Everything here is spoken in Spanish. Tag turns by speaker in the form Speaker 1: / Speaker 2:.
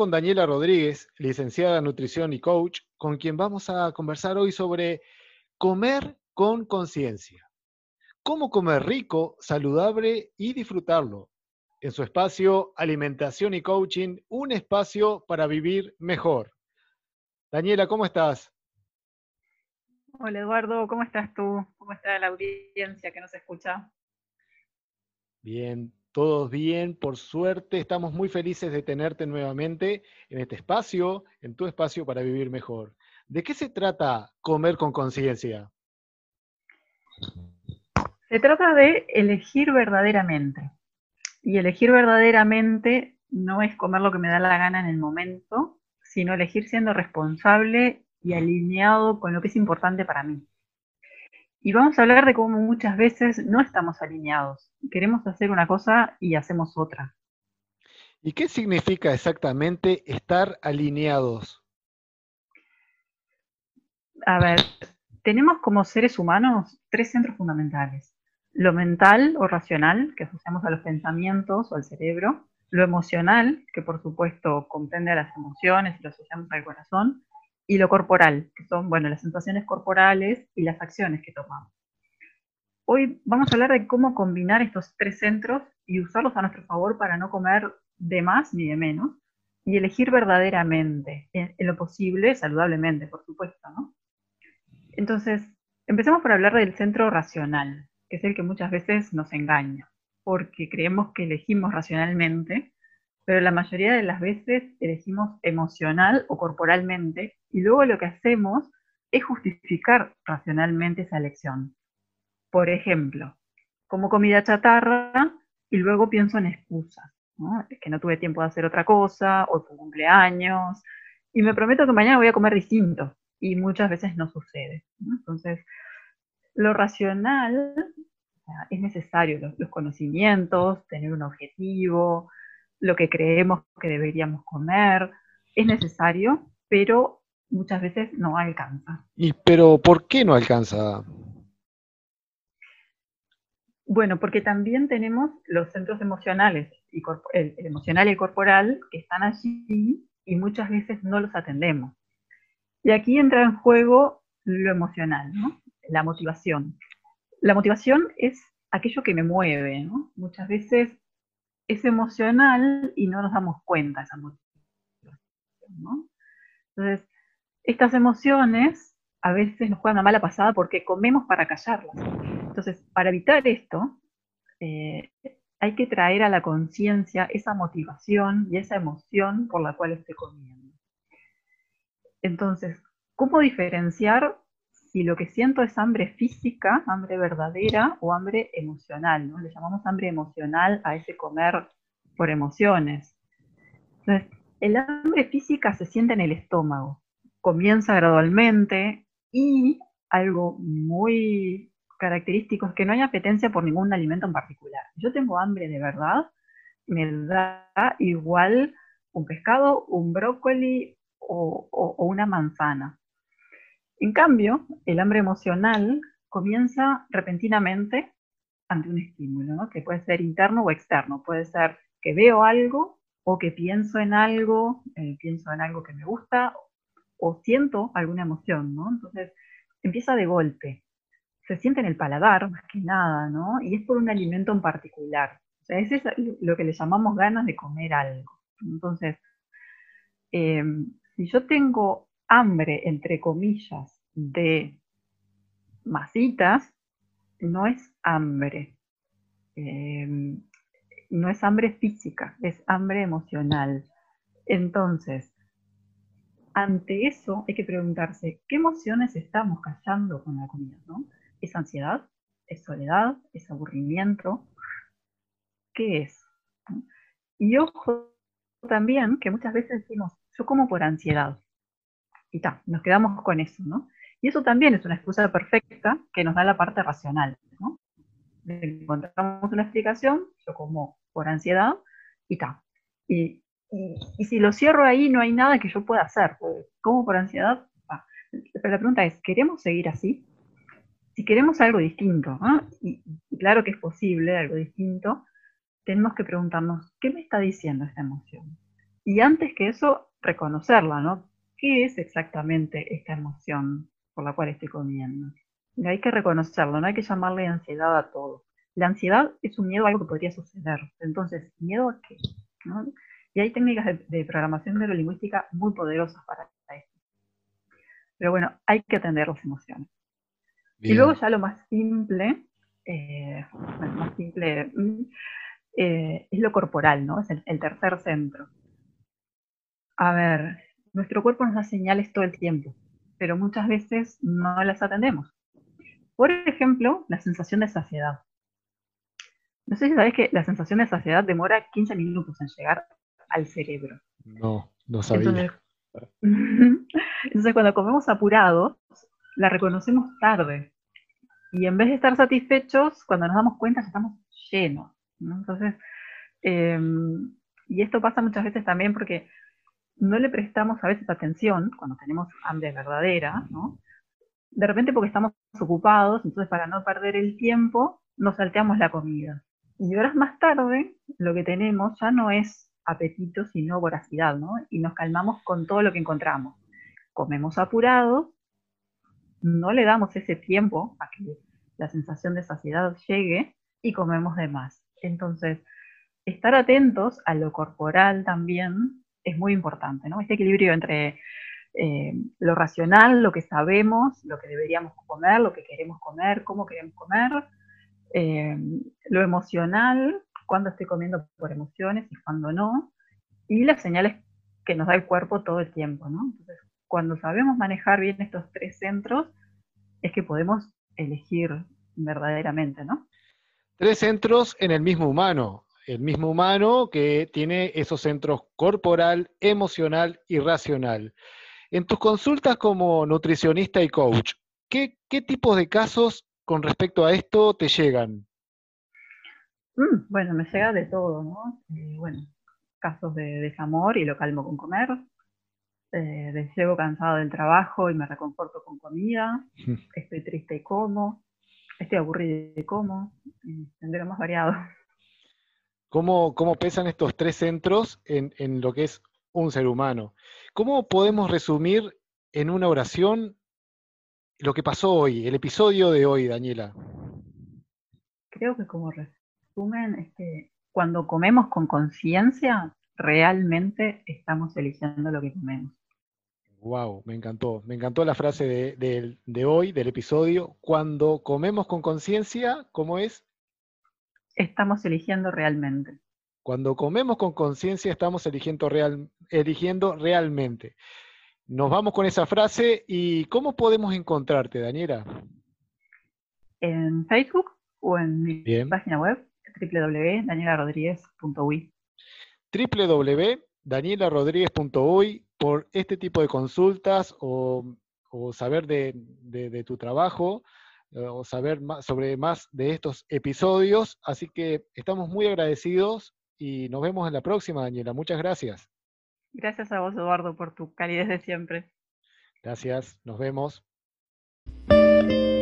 Speaker 1: con Daniela Rodríguez, licenciada en nutrición y coach, con quien vamos a conversar hoy sobre comer con conciencia. Cómo comer rico, saludable y disfrutarlo. En su espacio Alimentación y Coaching, un espacio para vivir mejor. Daniela, ¿cómo estás?
Speaker 2: Hola Eduardo, ¿cómo estás tú? ¿Cómo está la audiencia que nos escucha?
Speaker 1: Bien, todos bien, por suerte. Estamos muy felices de tenerte nuevamente en este espacio, en tu espacio para vivir mejor. ¿De qué se trata comer con conciencia?
Speaker 2: Se trata de elegir verdaderamente. Y elegir verdaderamente no es comer lo que me da la gana en el momento, sino elegir siendo responsable y alineado con lo que es importante para mí. Y vamos a hablar de cómo muchas veces no estamos alineados. Queremos hacer una cosa y hacemos otra.
Speaker 1: ¿Y qué significa exactamente estar alineados?
Speaker 2: A ver, tenemos como seres humanos tres centros fundamentales. Lo mental o racional, que asociamos a los pensamientos o al cerebro. Lo emocional, que por supuesto comprende a las emociones y lo asociamos al corazón. Y lo corporal, que son, bueno, las sensaciones corporales y las acciones que tomamos. Hoy vamos a hablar de cómo combinar estos tres centros y usarlos a nuestro favor para no comer de más ni de menos y elegir verdaderamente, en lo posible, saludablemente, por supuesto, ¿no? Entonces, empecemos por hablar del centro racional, que es el que muchas veces nos engaña, porque creemos que elegimos racionalmente, pero la mayoría de las veces elegimos emocional o corporalmente, y luego lo que hacemos es justificar racionalmente esa elección. Por ejemplo, como comida chatarra y luego pienso en excusas, ¿no? Es que no tuve tiempo de hacer otra cosa, o fue un cumpleaños, y me prometo que mañana voy a comer distinto, y muchas veces no sucede, ¿no? Entonces, lo racional, o sea, es necesario, los conocimientos, tener un objetivo, lo que creemos que deberíamos comer, es necesario, pero muchas veces no alcanza.
Speaker 1: Pero ¿por qué no alcanza?
Speaker 2: Bueno, porque también tenemos los centros emocionales, y el emocional y el corporal, que están allí y muchas veces no los atendemos. Y aquí entra en juego lo emocional, ¿no? La motivación. La motivación es aquello que me mueve, ¿no? Muchas veces es emocional y no nos damos cuenta de esa motivación, ¿no? Entonces, estas emociones a veces nos juegan una mala pasada porque comemos para callarlas. Entonces, para evitar esto, eh, hay que traer a la conciencia esa motivación y esa emoción por la cual estoy comiendo. Entonces, ¿cómo diferenciar si lo que siento es hambre física, hambre verdadera o hambre emocional? ¿No? Le llamamos hambre emocional a ese comer por emociones. Entonces, el hambre física se siente en el estómago, comienza gradualmente y algo muy característico es que no hay apetencia por ningún alimento en particular. Si yo tengo hambre de verdad, me da igual un pescado, un brócoli o una manzana. En cambio, el hambre emocional comienza repentinamente ante un estímulo, ¿no? Que puede ser interno o externo. Puede ser que veo algo o que pienso en algo que me gusta o siento alguna emoción, ¿no? Entonces, empieza de golpe. Se siente en el paladar, más que nada, ¿no? Y es por un alimento en particular. O sea, ese es lo que le llamamos ganas de comer algo. Entonces, eh, si yo tengo hambre, entre comillas, de masitas, no es hambre. Eh, no es hambre física, es hambre emocional. Entonces, ante eso hay que preguntarse, ¿qué emociones estamos callando con la comida? ¿No? ¿Es ansiedad? ¿Es soledad? ¿Es aburrimiento? ¿Qué es? ¿No? Y ojo también que muchas veces decimos, yo como por ansiedad. Y ta, nos quedamos con eso, ¿no? Y eso también es una excusa perfecta que nos da la parte racional, ¿no? Encontramos una explicación, yo como por ansiedad y ta. Y si lo cierro ahí, no hay nada que yo pueda hacer. Como por ansiedad, ta. Pero la pregunta es, ¿queremos seguir así? Si queremos algo distinto, ¿no? Y claro que es posible algo distinto, tenemos que preguntarnos, ¿qué me está diciendo esta emoción? Y antes que eso, reconocerla, ¿no? ¿Qué es exactamente esta emoción por la cual estoy comiendo? Y hay que reconocerlo, no hay que llamarle ansiedad a todo. La ansiedad es un miedo a algo que podría suceder. Entonces, ¿miedo a qué? ¿No? Y hay técnicas de programación neurolingüística muy poderosas para esto. Pero bueno, hay que atender las emociones. Y luego
Speaker 1: Bien.
Speaker 2: ya lo más simple, es lo corporal, ¿no? Es el tercer centro. A ver, nuestro cuerpo nos da señales todo el tiempo, pero muchas veces no las atendemos. Por ejemplo, la sensación de saciedad. No sé si sabés que la sensación de saciedad demora 15 minutos en llegar al cerebro.
Speaker 1: No, no
Speaker 2: Entonces,
Speaker 1: sabía.
Speaker 2: entonces cuando comemos apurados, la reconocemos tarde. Y en vez de estar satisfechos, cuando nos damos cuenta ya estamos llenos, ¿no? Entonces, eh, y esto pasa muchas veces también porque no le prestamos a veces atención cuando tenemos hambre verdadera, ¿no? De repente porque estamos ocupados, entonces para no perder el tiempo, nos salteamos la comida. Y horas más tarde, lo que tenemos ya no es apetito, sino voracidad, ¿no? Y nos calmamos con todo lo que encontramos. Comemos apurados, no le damos ese tiempo a que la sensación de saciedad llegue y comemos de más. Entonces, estar atentos a lo corporal también es muy importante, ¿no? Este equilibrio entre lo racional, lo que sabemos, lo que deberíamos comer, lo que queremos comer, cómo queremos comer, eh, lo emocional, cuando estoy comiendo por emociones y cuando no, y las señales que nos da el cuerpo todo el tiempo, ¿no? Entonces, cuando sabemos manejar bien estos tres centros, es que podemos elegir verdaderamente, ¿no?
Speaker 1: Tres centros en el mismo humano que tiene esos centros corporal, emocional y racional. En tus consultas como nutricionista y coach, ¿qué tipos de casos con respecto a esto te llegan?
Speaker 2: Bueno, me llega de todo, ¿no? Bueno, casos de desamor y lo calmo con comer, llego cansado del trabajo y me reconforto con comida, estoy triste y como, estoy aburrido y como, de lo más variado.
Speaker 1: ¿Cómo pesan estos tres centros en lo que es un ser humano? ¿Cómo podemos resumir en una oración lo que pasó hoy, el episodio de hoy, Daniela?
Speaker 2: Creo que como resumen es que cuando comemos con conciencia, realmente estamos eligiendo lo que comemos.
Speaker 1: Wow, me encantó la frase de hoy, del episodio. Cuando comemos con conciencia, ¿cómo es?
Speaker 2: Estamos eligiendo realmente.
Speaker 1: Cuando comemos con conciencia, estamos eligiendo realmente. Nos vamos con esa frase y ¿cómo podemos encontrarte, Daniela?
Speaker 2: En Facebook o en mi
Speaker 1: Bien.
Speaker 2: página web, www.danielarodriguez.uy.
Speaker 1: www.danielarodriguez.uy por este tipo de consultas o saber de tu trabajo o saber más, sobre más de estos episodios. Así que estamos muy agradecidos y nos vemos en la próxima, Daniela. Muchas gracias.
Speaker 2: Gracias a vos, Eduardo, por tu calidez de siempre.
Speaker 1: Gracias, nos vemos.